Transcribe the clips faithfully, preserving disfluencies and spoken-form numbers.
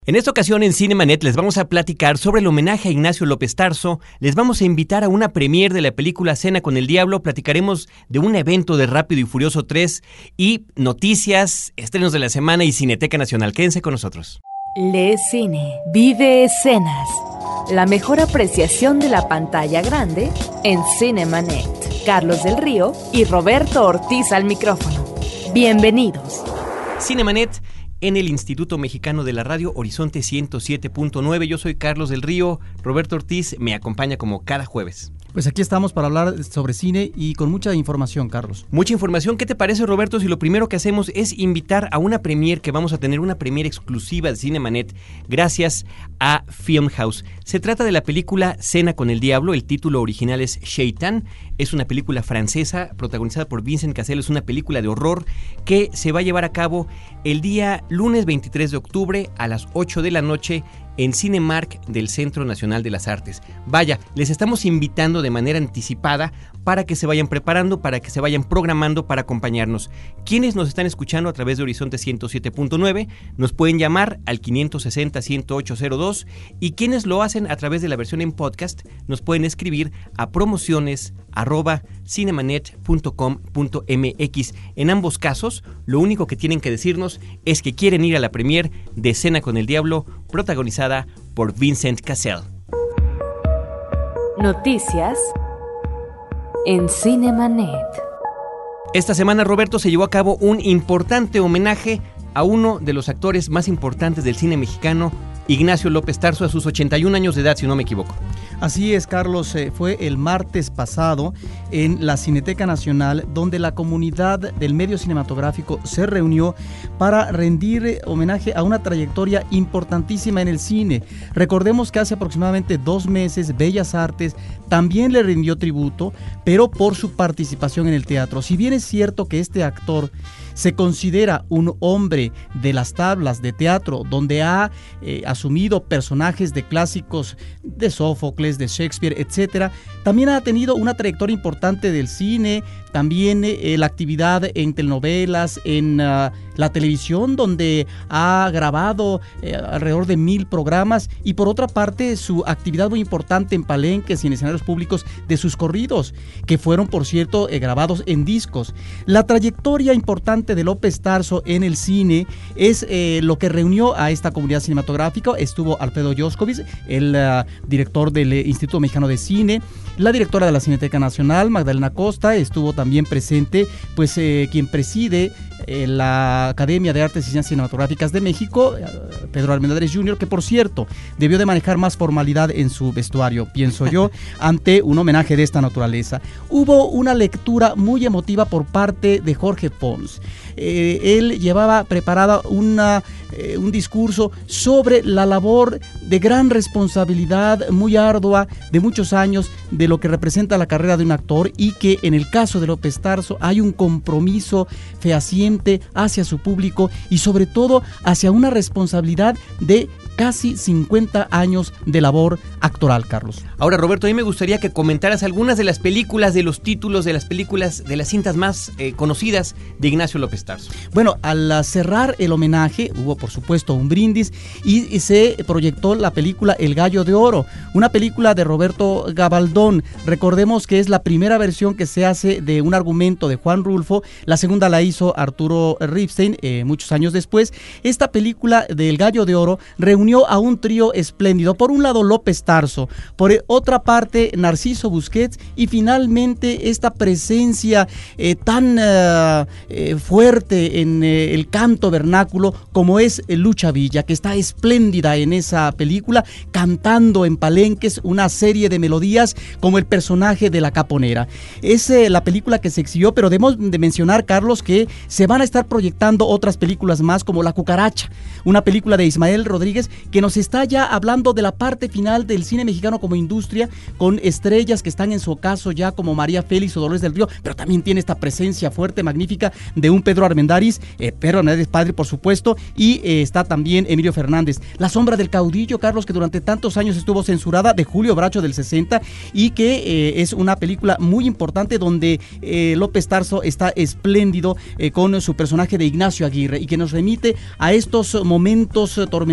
En esta ocasión en Cinemanet les vamos a platicar sobre el homenaje a Ignacio López Tarso, les vamos a invitar a una premiere de la película Cena con el Diablo, platicaremos de un evento de Rápido y Furioso tres y noticias, estrenos de la semana y Cineteca Nacional. Quédense con nosotros. Lee cine, vive escenas, la mejor apreciación de la pantalla grande en Cinemanet. Carlos del Río y Roberto Ortiz al micrófono. Bienvenidos. Cinemanet en el Instituto Mexicano de la Radio, Horizonte ciento siete punto nueve. Yo soy Carlos del Río, Roberto Ortiz me acompaña como cada jueves. Pues aquí estamos para hablar sobre cine y con mucha información, Carlos. Mucha información. ¿Qué te parece, Roberto, si lo primero que hacemos es invitar a una premiere que vamos a tener, una premiere exclusiva de Cinemanet, gracias a Filmhouse? Se trata de la película Cena con el Diablo, el título original es Shaitan, es una película francesa protagonizada por Vincent Cassel, es una película de horror que se va a llevar a cabo el día lunes veintitrés de octubre a las ocho de la noche en Cinemark del Centro Nacional de las Artes. Vaya, les estamos invitando de manera anticipada para que se vayan preparando, para que se vayan programando para acompañarnos. Quienes nos están escuchando a través de Horizonte ciento siete punto nueve nos pueden llamar al quinientos sesenta, ciento ocho cero dos y quienes lo hacen a través de la versión en podcast nos pueden escribir a promociones arroba cinemanet punto com punto mx. En ambos casos, lo único que tienen que decirnos es que quieren ir a la premiere de Cena con el Diablo, protagonizada por Vincent Cassel. Noticias en Cinemanet. Esta semana, Roberto, se llevó a cabo un importante homenaje a uno de los actores más importantes del cine mexicano, Ignacio López Tarso, a sus ochenta y un años de edad, si no me equivoco. Así es, Carlos, eh, fue el martes pasado en la Cineteca Nacional, donde la comunidad del medio cinematográfico se reunió para rendir homenaje a una trayectoria importantísima en el cine. Recordemos que hace aproximadamente dos meses Bellas Artes también le rindió tributo, pero por su participación en el teatro. Si bien es cierto que este actor se considera un hombre de las tablas de teatro, donde ha eh, asumido personajes de clásicos de Sófocles, de Shakespeare, etcétera, también ha tenido una trayectoria importante del cine, también eh, la actividad en telenovelas, en uh, la televisión, donde ha grabado eh, alrededor de mil programas, y por otra parte su actividad muy importante en palenques y en escenarios públicos de sus corridos, que fueron, por cierto, eh, grabados en discos. La trayectoria importante de López Tarso en el cine es eh, lo que reunió a esta comunidad cinematográfica. Estuvo Alfredo Yoscovich, el uh, director del eh, Instituto Mexicano de Cine, la directora de la Cineteca Nacional, Magdalena Costa, estuvo también presente, pues eh, quien preside eh, la Academia de Artes y Ciencias Cinematográficas de México, eh, Pedro Armendáriz junior, que por cierto, debió de manejar más formalidad en su vestuario, pienso yo, ante un homenaje de esta naturaleza. Hubo una lectura muy emotiva por parte de Jorge Pons. Eh, él llevaba preparada una, eh, un discurso sobre la labor de gran responsabilidad, muy ardua, de muchos años, de lo que representa la carrera de un actor, y que en el caso de López Tarso hay un compromiso fehaciente hacia su público y sobre todo hacia una responsabilidad de casi cincuenta años de labor actoral, Carlos. Ahora, Roberto, a mí me gustaría que comentaras algunas de las películas, de los títulos de las películas, de las cintas más eh, conocidas de Ignacio López Tarso. Bueno, al cerrar el homenaje, hubo por supuesto un brindis y, y se proyectó la película El Gallo de Oro, una película de Roberto Gabaldón. Recordemos que es la primera versión que se hace de un argumento de Juan Rulfo, la segunda la hizo Arturo Ripstein eh, muchos años después. Esta película del Gallo de Oro reunió a un trío espléndido. Por un lado López Tarso, por otra parte Narciso Busquets y finalmente esta presencia eh, tan uh, eh, fuerte en eh, el canto vernáculo como es Lucha Villa, que está espléndida en esa película, cantando en palenques una serie de melodías como el personaje de La Caponera. Es eh, la película que se exhibió, pero debemos de mencionar, Carlos, que se van a estar proyectando otras películas más como La Cucaracha, una película de Ismael Rodríguez que nos está ya hablando de la parte final del cine mexicano como industria, con estrellas que están en su ocaso ya como María Félix o Dolores del Río, pero también tiene esta presencia fuerte, magnífica de un Pedro Armendáriz, eh, Pedro Armendáriz padre, por supuesto, y eh, está también Emilio Fernández. La Sombra del Caudillo, Carlos, que durante tantos años estuvo censurada, de Julio Bracho del sesenta, y que eh, es una película muy importante donde eh, López Tarso está espléndido eh, con su personaje de Ignacio Aguirre, y que nos remite a estos momentos tormentosos de la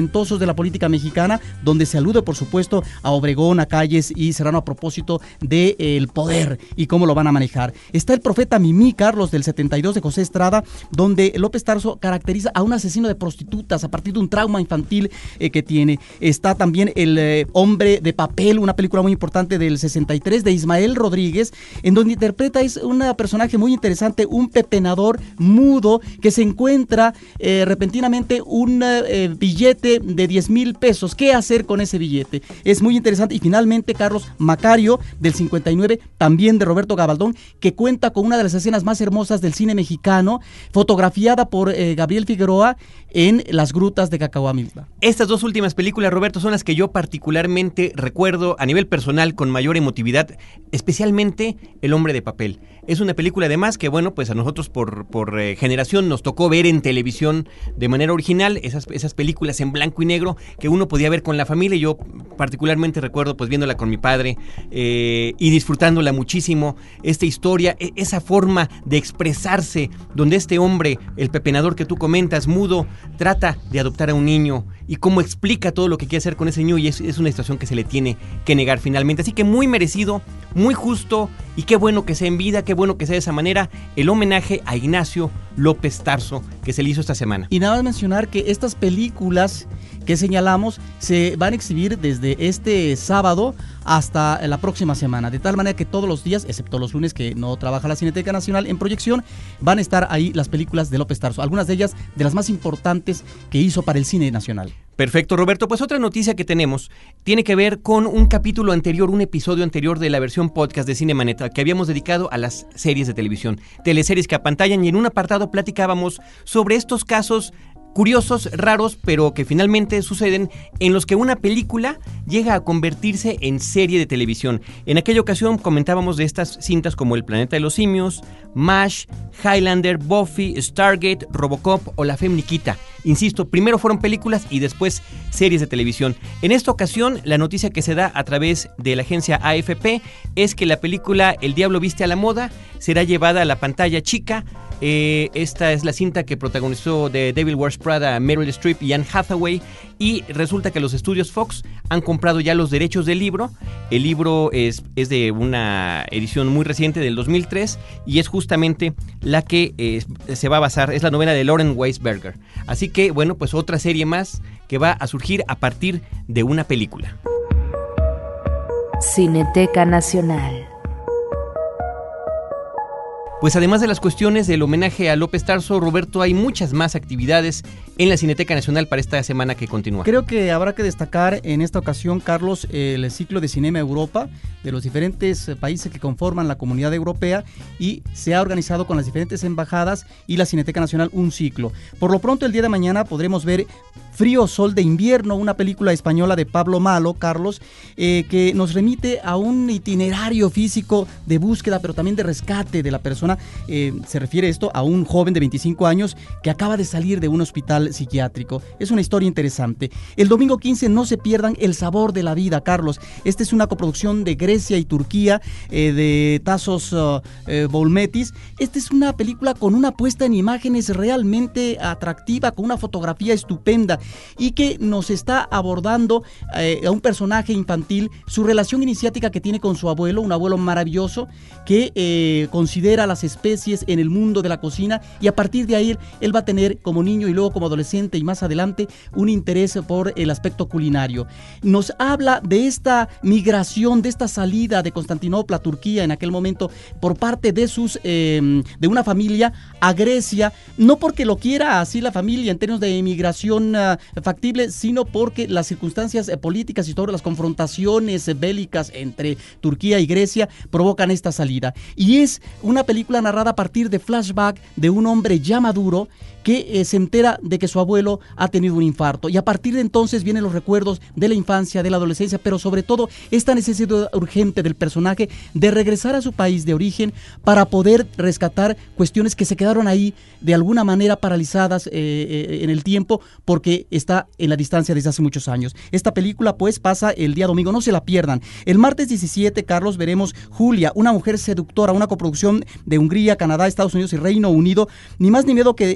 la política mexicana, donde se alude, por supuesto, a Obregón, a Calles y Serrano a propósito del de, eh, poder y cómo lo van a manejar. Está El profeta Mimí, Carlos, del setenta y dos de José Estrada, donde López Tarso caracteriza a un asesino de prostitutas a partir de un trauma infantil eh, que tiene. Está también El eh, hombre de papel, una película muy importante del sesenta y tres de Ismael Rodríguez, en donde interpreta es un personaje muy interesante, un pepenador mudo que se encuentra eh, repentinamente un eh, billete de diez mil pesos. ¿Qué hacer con ese billete? Es muy interesante. Y finalmente, Carlos, Macario, del cincuenta y nueve, también de Roberto Gabaldón, que cuenta con una de las escenas más hermosas del cine mexicano, fotografiada por eh, Gabriel Figueroa en las grutas de Cacahuamilpa. Estas dos últimas películas, Roberto, son las que yo particularmente recuerdo a nivel personal con mayor emotividad, especialmente El hombre de papel. Es una película además que, bueno, pues a nosotros por, por eh, generación nos tocó ver en televisión de manera original, esas, esas películas en blanco y negro que uno podía ver con la familia. Yo particularmente recuerdo pues viéndola con mi padre eh, y disfrutándola muchísimo, esta historia, esa forma de expresarse, donde este hombre, el pepenador que tú comentas, mudo, trata de adoptar a un niño y cómo explica todo lo que quiere hacer con ese niño, y es, es una situación que se le tiene que negar finalmente. Así que muy merecido, muy justo, y qué bueno que sea en vida, qué bueno que sea de esa manera, el homenaje a Ignacio López Tarso que se le hizo esta semana. Y nada más mencionar que estas películas que señalamos se van a exhibir desde este sábado hasta la próxima semana, de tal manera que todos los días, excepto los lunes que no trabaja la Cineteca Nacional en proyección, van a estar ahí las películas de López Tarso, algunas de ellas de las más importantes que hizo para el cine nacional. Perfecto, Roberto. Pues otra noticia que tenemos tiene que ver con un capítulo anterior, un episodio anterior de la versión podcast de Cinemanet que habíamos dedicado a las series de televisión, teleseries que apantallan, y en un apartado platicábamos sobre estos casos curiosos, raros, pero que finalmente suceden, en los que una película llega a convertirse en serie de televisión. En aquella ocasión comentábamos de estas cintas como El planeta de los simios, MASH, Highlander, Buffy, Stargate, Robocop o La Femme Nikita. Insisto, primero fueron películas y después series de televisión. En esta ocasión, la noticia que se da a través de la agencia A F P es que la película El Diablo Viste a la Moda será llevada a la pantalla chica. Eh, esta es la cinta que protagonizó The Devil Wears Prada Meryl Streep y Anne Hathaway, y resulta que los estudios Fox han comprado ya los derechos del libro. El libro es, es de una edición muy reciente del dos mil tres y es justamente la que eh, se va a basar, es la novela de Lauren Weisberger. Así que, bueno, pues otra serie más que va a surgir a partir de una película. Cineteca Nacional. Pues además de las cuestiones del homenaje a López Tarso, Roberto, hay muchas más actividades en la Cineteca Nacional para esta semana que continúa. Creo que habrá que destacar en esta ocasión, Carlos, el ciclo de Cinema Europa de los diferentes países que conforman la Comunidad Europea, y se ha organizado con las diferentes embajadas y la Cineteca Nacional un ciclo. Por lo pronto, el día de mañana podremos ver Frío Sol de Invierno, una película española de Pablo Malo, Carlos, eh, que nos remite a un itinerario físico de búsqueda, pero también de rescate de la persona. Eh, se refiere esto a un joven de veinticinco años que acaba de salir de un hospital psiquiátrico. Es una historia interesante. El domingo quince no se pierdan El Sabor de la Vida, Carlos. Esta es una coproducción de Grecia y Turquía, eh, de Tassos uh, eh, Boulmetis. Esta es una película con una puesta en imágenes realmente atractiva, con una fotografía estupenda, y que nos está abordando eh, a un personaje infantil, su relación iniciática que tiene con su abuelo, un abuelo maravilloso que eh, considera las especies en el mundo de la cocina, y a partir de ahí él va a tener como niño y luego como adolescente y más adelante un interés por el aspecto culinario. Nos habla de esta migración, de esta salida de Constantinopla a Turquía en aquel momento por parte de sus eh, de una familia a Grecia, no porque lo quiera así la familia en términos de emigración uh, factible, sino porque las circunstancias eh, políticas y todas las confrontaciones eh, bélicas entre Turquía y Grecia provocan esta salida. Y es una película narrada a partir de flashback de un hombre ya maduro que eh, se entera de que su abuelo ha tenido un infarto, y a partir de entonces vienen los recuerdos de la infancia, de la adolescencia, pero sobre todo esta necesidad urgente del personaje de regresar a su país de origen para poder rescatar cuestiones que se quedaron ahí de alguna manera paralizadas eh, eh, en el tiempo, porque está en la distancia desde hace muchos años. Esta película pues pasa el día domingo, no se la pierdan. El martes diecisiete, Carlos, veremos Julia, una mujer seductora, una coproducción de Hungría, Canadá, Estados Unidos y Reino Unido, ni más ni menos que ni más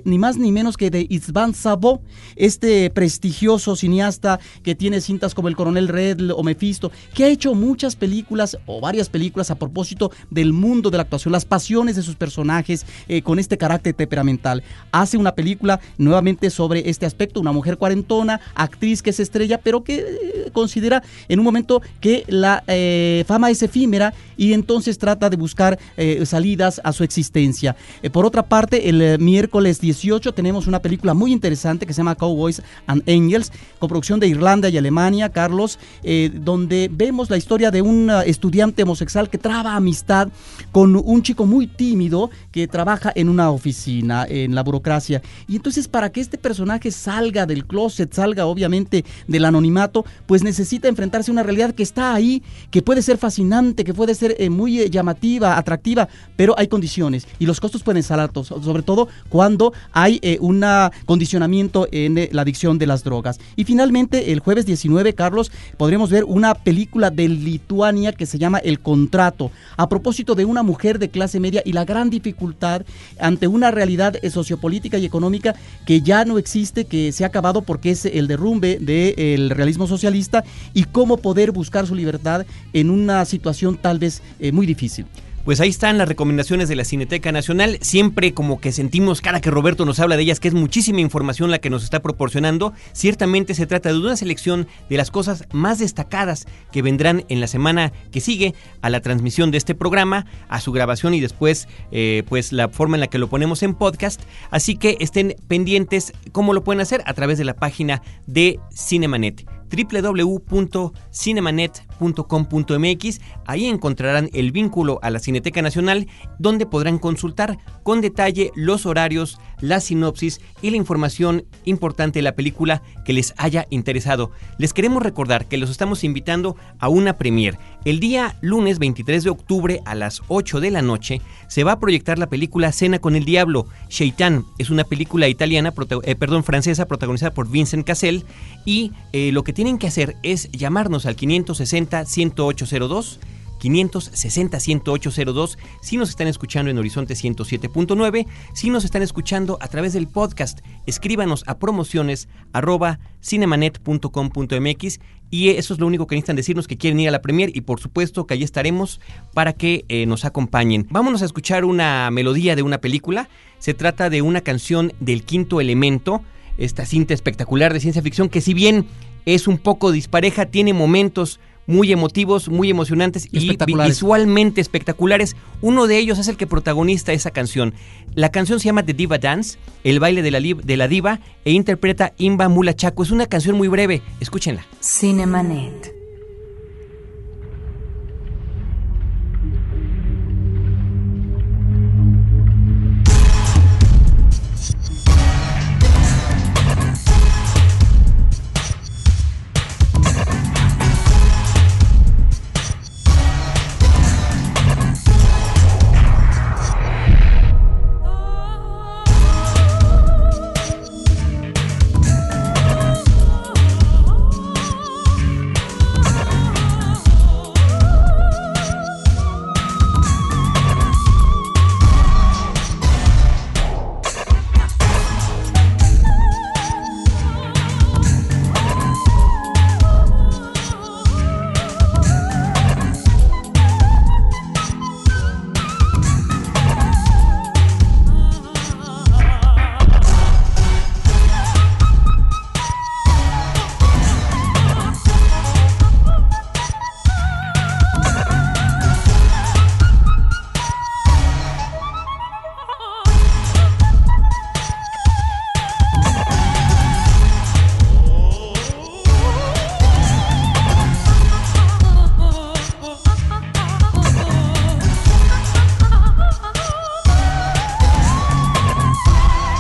ni menos que de István Szabó, este prestigioso cineasta que tiene cintas como El Coronel Red o Mephisto, que ha hecho muchas películas o varias películas a propósito del mundo de la actuación, las pasiones de sus personajes, eh, con este carácter temperamental. Hace una película nuevamente sobre este aspecto, una mujer cuarentona, actriz que se estrella, pero que eh, considera en un momento que la eh, fama es efímera y entonces trata de buscar eh, salidas a su existencia. Eh, por otra parte, el eh, miércoles dieciocho tenemos una película muy interesante que se llama Cowboys and Angels, con producción de Irlanda y Alemania, Carlos, eh, donde vemos la historia de un uh, estudiante homosexual que traba amistad con un chico muy tímido que trabaja en una oficina, en la burocracia. Y entonces, para que este personaje salga del closet, salga obviamente del anonimato, pues necesita enfrentarse a una realidad que está ahí, que puede ser fascinante, que puede ser eh, muy eh, llamativa, atractiva, pero hay condiciones y los costos pueden ser altos, sobre todo cuando hay eh, un condicionamiento en eh, la adicción de las drogas. Y finalmente, el jueves diecinueve, Carlos, podremos ver una película de Lituania que se llama El Contrato, a propósito de una mujer de clase media y la gran dificultad ante una realidad eh, sociopolítica y económica que ya no existe, que se ha acabado porque es el derrumbe del realismo socialista, y cómo poder buscar su libertad en una situación tal vez eh, muy difícil. Pues ahí están las recomendaciones de la Cineteca Nacional. Siempre como que sentimos cada que Roberto nos habla de ellas que es muchísima información la que nos está proporcionando. Ciertamente se trata de una selección de las cosas más destacadas que vendrán en la semana que sigue a la transmisión de este programa, a su grabación y después eh, pues la forma en la que lo ponemos en podcast. Así que estén pendientes. ¿Cómo lo pueden hacer? A través de la página de Cinemanet, doble u doble u doble u punto cinemanet punto com punto m x. Ahí encontrarán el vínculo a la Cineteca Nacional, donde podrán consultar con detalle los horarios, la sinopsis y la información importante de la película que les haya interesado. Les queremos recordar que los estamos invitando a una premiere. El día lunes veintitrés de octubre a las ocho de la noche se va a proyectar la película Cena con el Diablo. Shaitan es una película italiana, eh, perdón, francesa, protagonizada por Vincent Cassel, y eh, lo que tienen que hacer es llamarnos al quinientos sesenta, ciento ocho cero dos, quinientos sesenta, ciento ocho cero dos, si nos están escuchando en Horizonte ciento siete punto nueve, si nos están escuchando a través del podcast, escríbanos a promociones arroba cinemanet punto com punto m x, y eso es lo único que necesitan decirnos, que quieren ir a la premier, y por supuesto que allí estaremos para que eh, nos acompañen. Vámonos a escuchar una melodía de una película. Se trata de una canción del Quinto Elemento, esta cinta espectacular de ciencia ficción que, si bien es un poco dispareja, tiene momentos muy emotivos, muy emocionantes y visualmente espectaculares. Uno de ellos es el que protagoniza esa canción. La canción se llama The Diva Dance, el baile de la, de la diva, e interpreta Imba Mula Chaco. Es una canción muy breve, escúchenla. Cinemanet.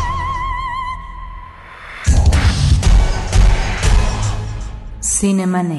Cinemanet.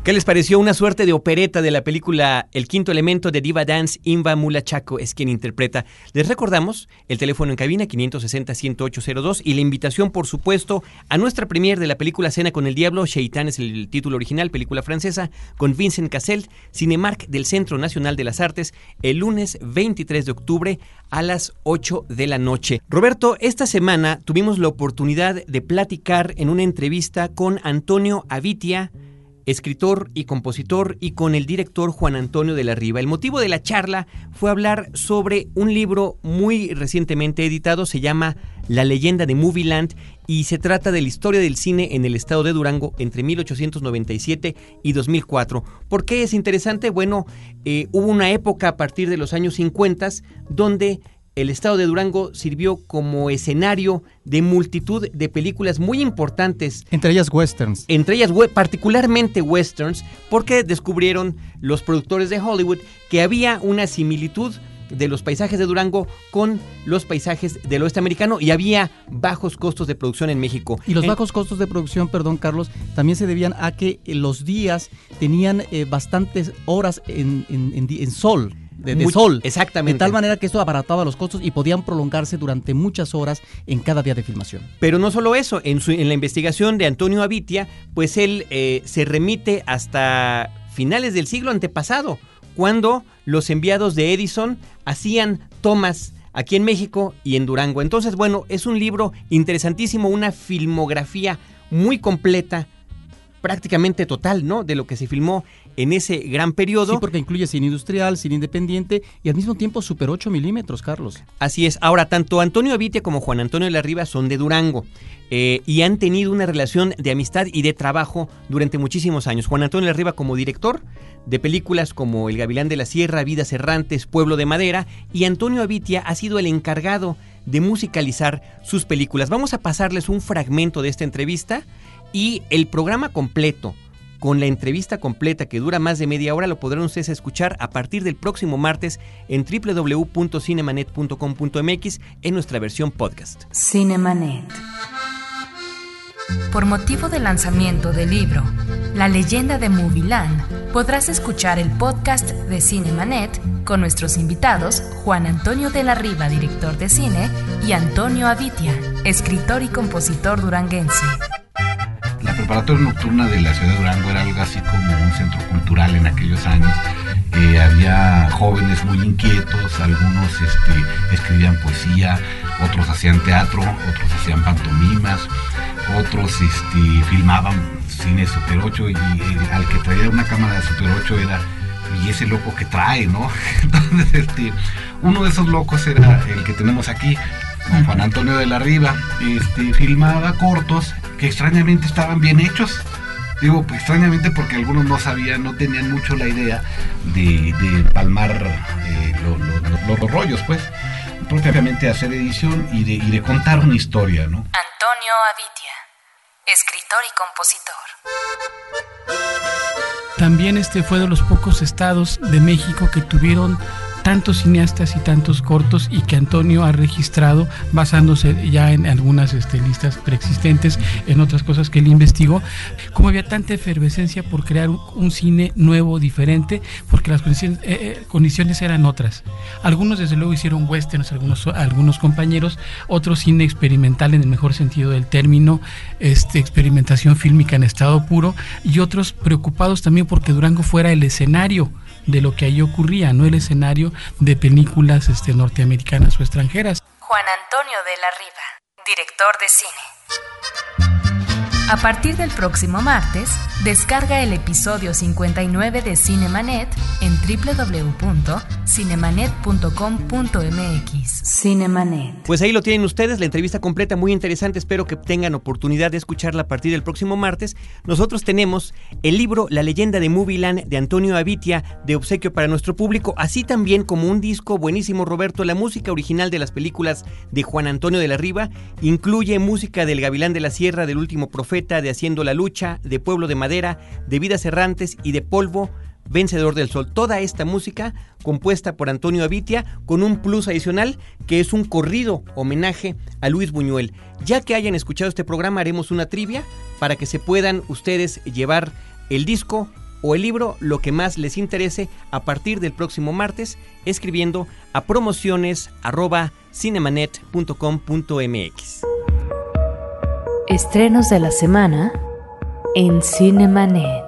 ¿Qué les pareció? Una suerte de opereta de la película El Quinto Elemento de Diva Dance. Inva Mula Chaco es quien interpreta. Les recordamos el teléfono en cabina quinientos sesenta, ciento ocho cero dos y la invitación, por supuesto, a nuestra premier de la película Cena con el Diablo. Shaitan es el título original, película francesa, con Vincent Cassel, Cinemark del Centro Nacional de las Artes, el lunes veintitrés de octubre a las ocho de la noche. Roberto, esta semana tuvimos la oportunidad de platicar en una entrevista con Antonio Avitia, escritor y compositor, y con el director Juan Antonio de la Riva. El motivo de la charla fue hablar sobre un libro muy recientemente editado, se llama La leyenda de Movieland, y se trata de la historia del cine en el estado de Durango entre mil ochocientos noventa y siete y dos mil cuatro. ¿Por qué es interesante? Bueno, eh, hubo una época a partir de los años cincuenta donde el estado de Durango sirvió como escenario de multitud de películas muy importantes. Entre ellas westerns. Entre ellas particularmente westerns, porque descubrieron los productores de Hollywood que había una similitud de los paisajes de Durango con los paisajes del oeste americano y había bajos costos de producción en México. Y los en... bajos costos de producción, perdón Carlos, también se debían a que los días tenían eh, bastantes horas en, en, en, en sol. De, de Muy, sol, exactamente. De tal manera que esto abarataba los costos y podían prolongarse durante muchas horas en cada día de filmación. Pero no solo eso, en, su, en la investigación de Antonio Avitia, pues él eh, se remite hasta finales del siglo antepasado, cuando los enviados de Edison hacían tomas aquí en México y en Durango. Entonces, bueno, es un libro interesantísimo, una filmografía muy completa, prácticamente total, ¿no?, de lo que se filmó en ese gran periodo. Sí, porque incluye cine industrial, cine independiente y al mismo tiempo super ocho milímetros, Carlos. Así es. Ahora, tanto Antonio Avitia como Juan Antonio de la Riva son de Durango eh, y han tenido una relación de amistad y de trabajo durante muchísimos años. Juan Antonio de la Riva como director de películas como El Gavilán de la Sierra, Vidas Errantes, Pueblo de Madera, y Antonio Avitia ha sido el encargado de musicalizar sus películas. Vamos a pasarles un fragmento de esta entrevista y el programa completo, con la entrevista completa que dura más de media hora, lo podrán ustedes escuchar a partir del próximo martes en doble u doble u doble u punto cinemanet punto com punto m x en nuestra versión podcast. Cinemanet. Por motivo del lanzamiento del libro La leyenda de Movieland, podrás escuchar el podcast de Cinemanet con nuestros invitados Juan Antonio de la Riva, director de cine, y Antonio Avitia, escritor y compositor duranguense. La preparatoria nocturna de la ciudad de Durango era algo así como un centro cultural en aquellos años. Eh, había jóvenes muy inquietos, algunos este, escribían poesía, otros hacían teatro, otros hacían pantomimas, otros este, filmaban cine Super ocho y, y al que traía una cámara de Super ocho era, y ese loco que trae, ¿no? Entonces este, uno de esos locos era el que tenemos aquí, con Juan Antonio de la Riva. Este, filmaba cortos que extrañamente estaban bien hechos. Digo, pues, extrañamente porque algunos no sabían, no tenían mucho la idea de, de palmar eh, lo, lo, lo, los rollos, pues. Propiamente hacer edición y de, y de contar una historia, ¿no? Antonio Avitia, escritor y compositor. También este fue de los pocos estados de México que tuvieron tantos cineastas y tantos cortos, y que Antonio ha registrado basándose ya en algunas este, listas preexistentes, en otras cosas que él investigó, como había tanta efervescencia por crear un, un cine nuevo, diferente, porque las condiciones, eh, eh, condiciones eran otras. Algunos desde luego hicieron westerns, algunos, algunos compañeros, otros cine experimental en el mejor sentido del término, este, experimentación fílmica en estado puro, y otros preocupados también porque Durango fuera el escenario de lo que ahí ocurría, no el escenario de películas este, norteamericanas o extranjeras. Juan Antonio de la Riva, director de cine. A partir del próximo martes, descarga el episodio cincuenta y nueve de Cinemanet en doble u doble u doble u punto cinemanet punto com punto m x. Cinemanet. Pues ahí lo tienen ustedes, la entrevista completa, muy interesante. Espero que tengan oportunidad de escucharla a partir del próximo martes. Nosotros tenemos el libro La leyenda de Movieland de Antonio Avitia de obsequio para nuestro público, así también como un disco buenísimo, Roberto. La música original de las películas de Juan Antonio de la Riva incluye música del Gavilán de la Sierra, del Último Profeta, de Haciendo la Lucha, de Pueblo de Madera, de Vidas Errantes y de Polvo, Vencedor del Sol. Toda esta música compuesta por Antonio Avitia, con un plus adicional que es un corrido homenaje a Luis Buñuel. Ya que hayan escuchado este programa, haremos una trivia para que se puedan ustedes llevar el disco o el libro, lo que más les interese, a partir del próximo martes, escribiendo a promociones arroba cinemanet punto com punto m x. Estrenos de la semana en Cinemanet.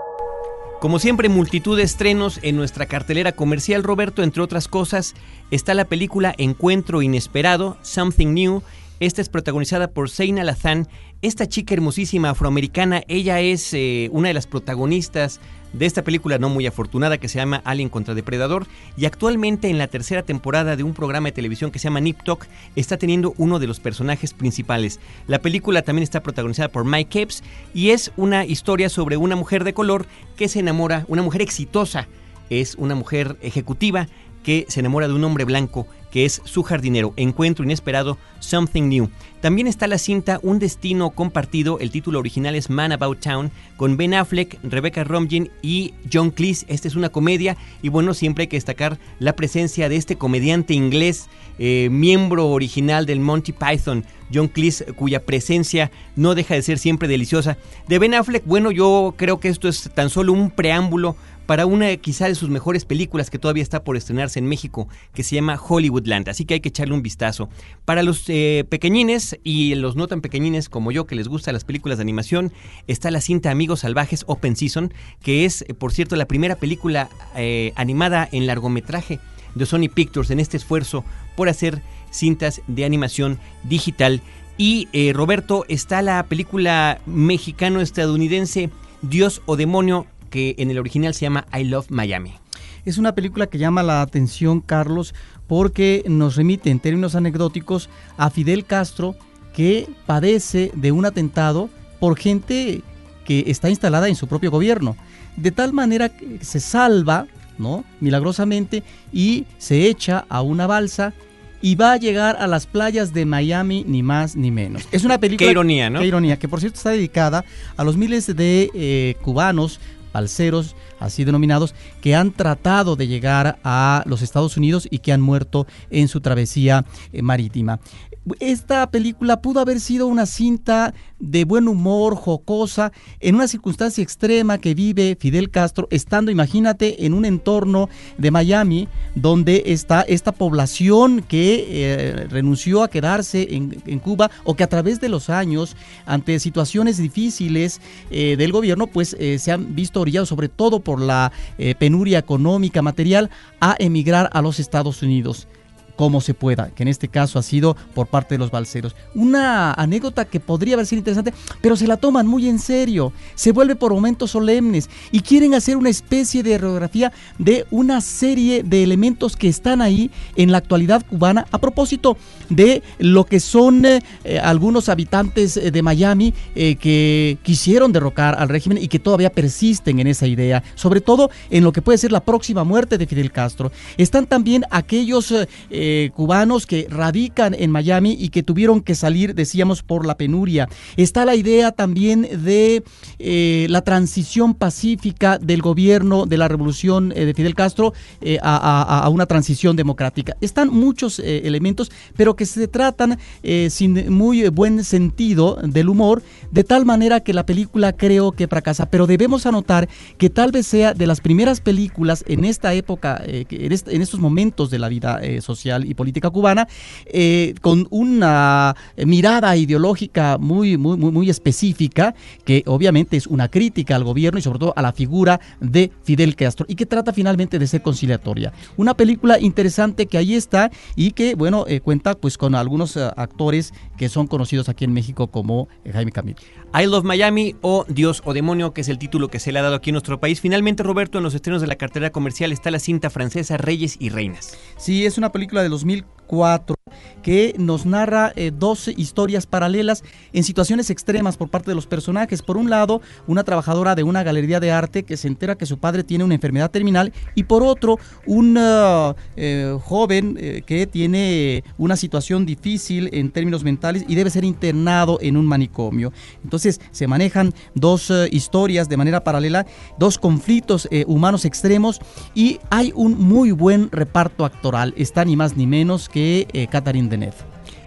Como siempre, multitud de estrenos en nuestra cartelera comercial, Roberto. Entre otras cosas, está la película Encuentro Inesperado, Something New. Esta es protagonizada por Zayn Al-Azhan, esta chica hermosísima afroamericana. Ella es eh, una de las protagonistas de esta película no muy afortunada que se llama Alien contra Depredador, y actualmente en la tercera temporada de un programa de televisión que se llama Nip Tuck está teniendo uno de los personajes principales. La película también está protagonizada por Mike Epps y es una historia sobre una mujer de color que se enamora, una mujer exitosa, es una mujer ejecutiva que se enamora de un hombre blanco que es su jardinero. Encuentro Inesperado, Something New. También está la cinta Un Destino Compartido, el título original es Man About Town, con Ben Affleck, Rebecca Romijn y John Cleese. Esta es una comedia y bueno, siempre hay que destacar la presencia de este comediante inglés, eh, miembro original del Monty Python, John Cleese, cuya presencia no deja de ser siempre deliciosa. De Ben Affleck, bueno, yo creo que esto es tan solo un preámbulo para una quizá de sus mejores películas que todavía está por estrenarse en México, que se llama Hollywoodland, así que hay que echarle un vistazo. Para los eh, pequeñines y los no tan pequeñines como yo, que les gustan las películas de animación, está la cinta Amigos Salvajes Open Season, que es, eh, por cierto, la primera película eh, animada en largometraje de Sony Pictures en este esfuerzo por hacer cintas de animación digital. Y eh, Roberto, está la película mexicano-estadounidense Dios o Demonio, que en el original se llama I Love Miami. Es una película que llama la atención, Carlos, porque nos remite en términos anecdóticos a Fidel Castro, que padece de un atentado por gente que está instalada en su propio gobierno. De tal manera que se salva, ¿no?, milagrosamente, y se echa a una balsa y va a llegar a las playas de Miami, ni más ni menos. Es una película... Qué ironía, ¿no? Qué ironía, que por cierto está dedicada a los miles de eh, cubanos, balseros, así denominados, que han tratado de llegar a los Estados Unidos y que han muerto en su travesía eh, marítima. Esta película pudo haber sido una cinta de buen humor, jocosa, en una circunstancia extrema que vive Fidel Castro, estando, imagínate, en un entorno de Miami, donde está esta población que eh, renunció a quedarse en, en Cuba, o que a través de los años, ante situaciones difíciles eh, del gobierno, pues eh, se han visto orillados, sobre todo por la eh, penuria económica, material, a emigrar a los Estados Unidos. Como se pueda, que en este caso ha sido por parte de los balseros. Una anécdota que podría haber sido interesante, pero se la toman muy en serio, se vuelve por momentos solemnes y quieren hacer una especie de radiografía de una serie de elementos que están ahí en la actualidad cubana, a propósito de lo que son eh, algunos habitantes de Miami eh, que quisieron derrocar al régimen y que todavía persisten en esa idea, sobre todo en lo que puede ser la próxima muerte de Fidel Castro. Están también aquellos eh, Eh, cubanos que radican en Miami y que tuvieron que salir, decíamos, por la penuria. Está la idea también de eh, la transición pacífica del gobierno de la revolución eh, de Fidel Castro eh, a, a, a una transición democrática. Están muchos eh, elementos, pero que se tratan eh, sin muy buen sentido del humor, de tal manera que la película creo que fracasa. Pero debemos anotar que tal vez sea de las primeras películas en esta época, eh, en, este, en estos momentos de la vida eh, social y política cubana, eh, con una mirada ideológica muy, muy, muy, muy específica, que obviamente es una crítica al gobierno y sobre todo a la figura de Fidel Castro, y que trata finalmente de ser conciliatoria. Una película interesante que ahí está y que, bueno, eh, cuenta pues con algunos uh, actores que son conocidos aquí en México, como eh, Jaime Camil. I Love Miami, o Dios o Demonio, que es el título que se le ha dado aquí en nuestro país. Finalmente, Roberto, en los estrenos de la cartelera comercial está la cinta francesa Reyes y Reinas. Sí, es una película de dos mil cuatro que nos narra eh, dos historias paralelas en situaciones extremas por parte de los personajes. Por un lado, una trabajadora de una galería de arte que se entera que su padre tiene una enfermedad terminal, y por otro, un uh, eh, joven eh, que tiene una situación difícil en términos mentales y debe ser internado en un manicomio. Entonces se manejan dos uh, historias de manera paralela, dos conflictos eh, humanos extremos, y hay un muy buen reparto actoral. Está ni más ni menos que que eh, Catherine Deneuve.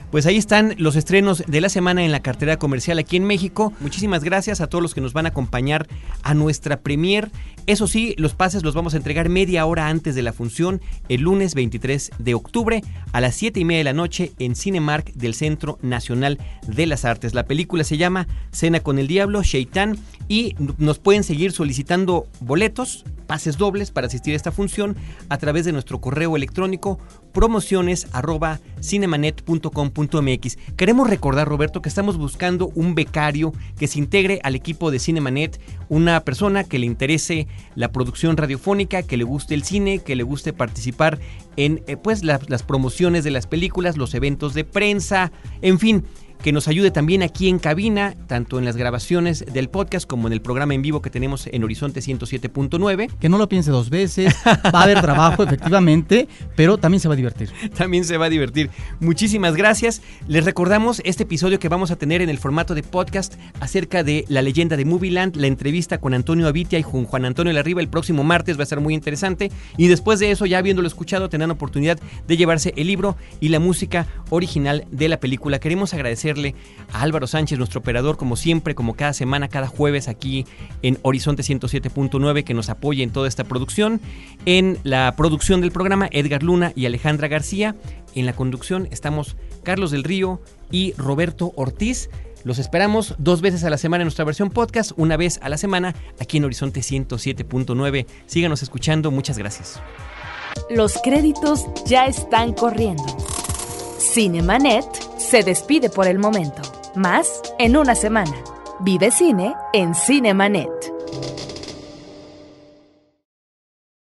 Pues ahí están los estrenos de la semana en la cartelera comercial aquí en México. Muchísimas gracias a todos los que nos van a acompañar a nuestra premier. Eso sí, los pases los vamos a entregar media hora antes de la función, el lunes veintitrés de octubre a las siete y media de la noche en Cinemark del Centro Nacional de las Artes. La película se llama Cena con el Diablo, Sheitán, y nos pueden seguir solicitando boletos, pases dobles para asistir a esta función a través de nuestro correo electrónico promociones arroba cinemanet punto com punto m x. Queremos recordar, Roberto, que estamos buscando un becario que se integre al equipo de Cinemanet, una persona que le interese la producción radiofónica, que le guste el cine, que le guste participar en eh, pues la, las promociones de las películas, los eventos de prensa, en fin, que nos ayude también aquí en cabina, tanto en las grabaciones del podcast como en el programa en vivo que tenemos en Horizonte ciento siete punto nueve. Que no lo piense dos veces, va a haber trabajo efectivamente, pero también se va a divertir. También se va a divertir. Muchísimas gracias. Les recordamos este episodio que vamos a tener en el formato de podcast acerca de la leyenda de Movieland, la entrevista con Antonio Avitia y con Juan Antonio Larriba el próximo martes, va a estar muy interesante. Y después de eso, ya habiéndolo escuchado, tendrán oportunidad de llevarse el libro y la música original de la película. Queremos agradecer a Álvaro Sánchez, nuestro operador, como siempre, como cada semana, cada jueves aquí en Horizonte ciento siete punto nueve, que nos apoya en toda esta producción. En la producción del programa, Edgar Luna y Alejandra García. En la conducción estamos Carlos del Río y Roberto Ortiz. Los esperamos dos veces a la semana en nuestra versión podcast, una vez a la semana aquí en Horizonte ciento siete punto nueve. Síganos escuchando, muchas gracias. Los créditos ya están corriendo. Cinemanet se despide por el momento. Más en una semana. Vive cine en Cinemanet.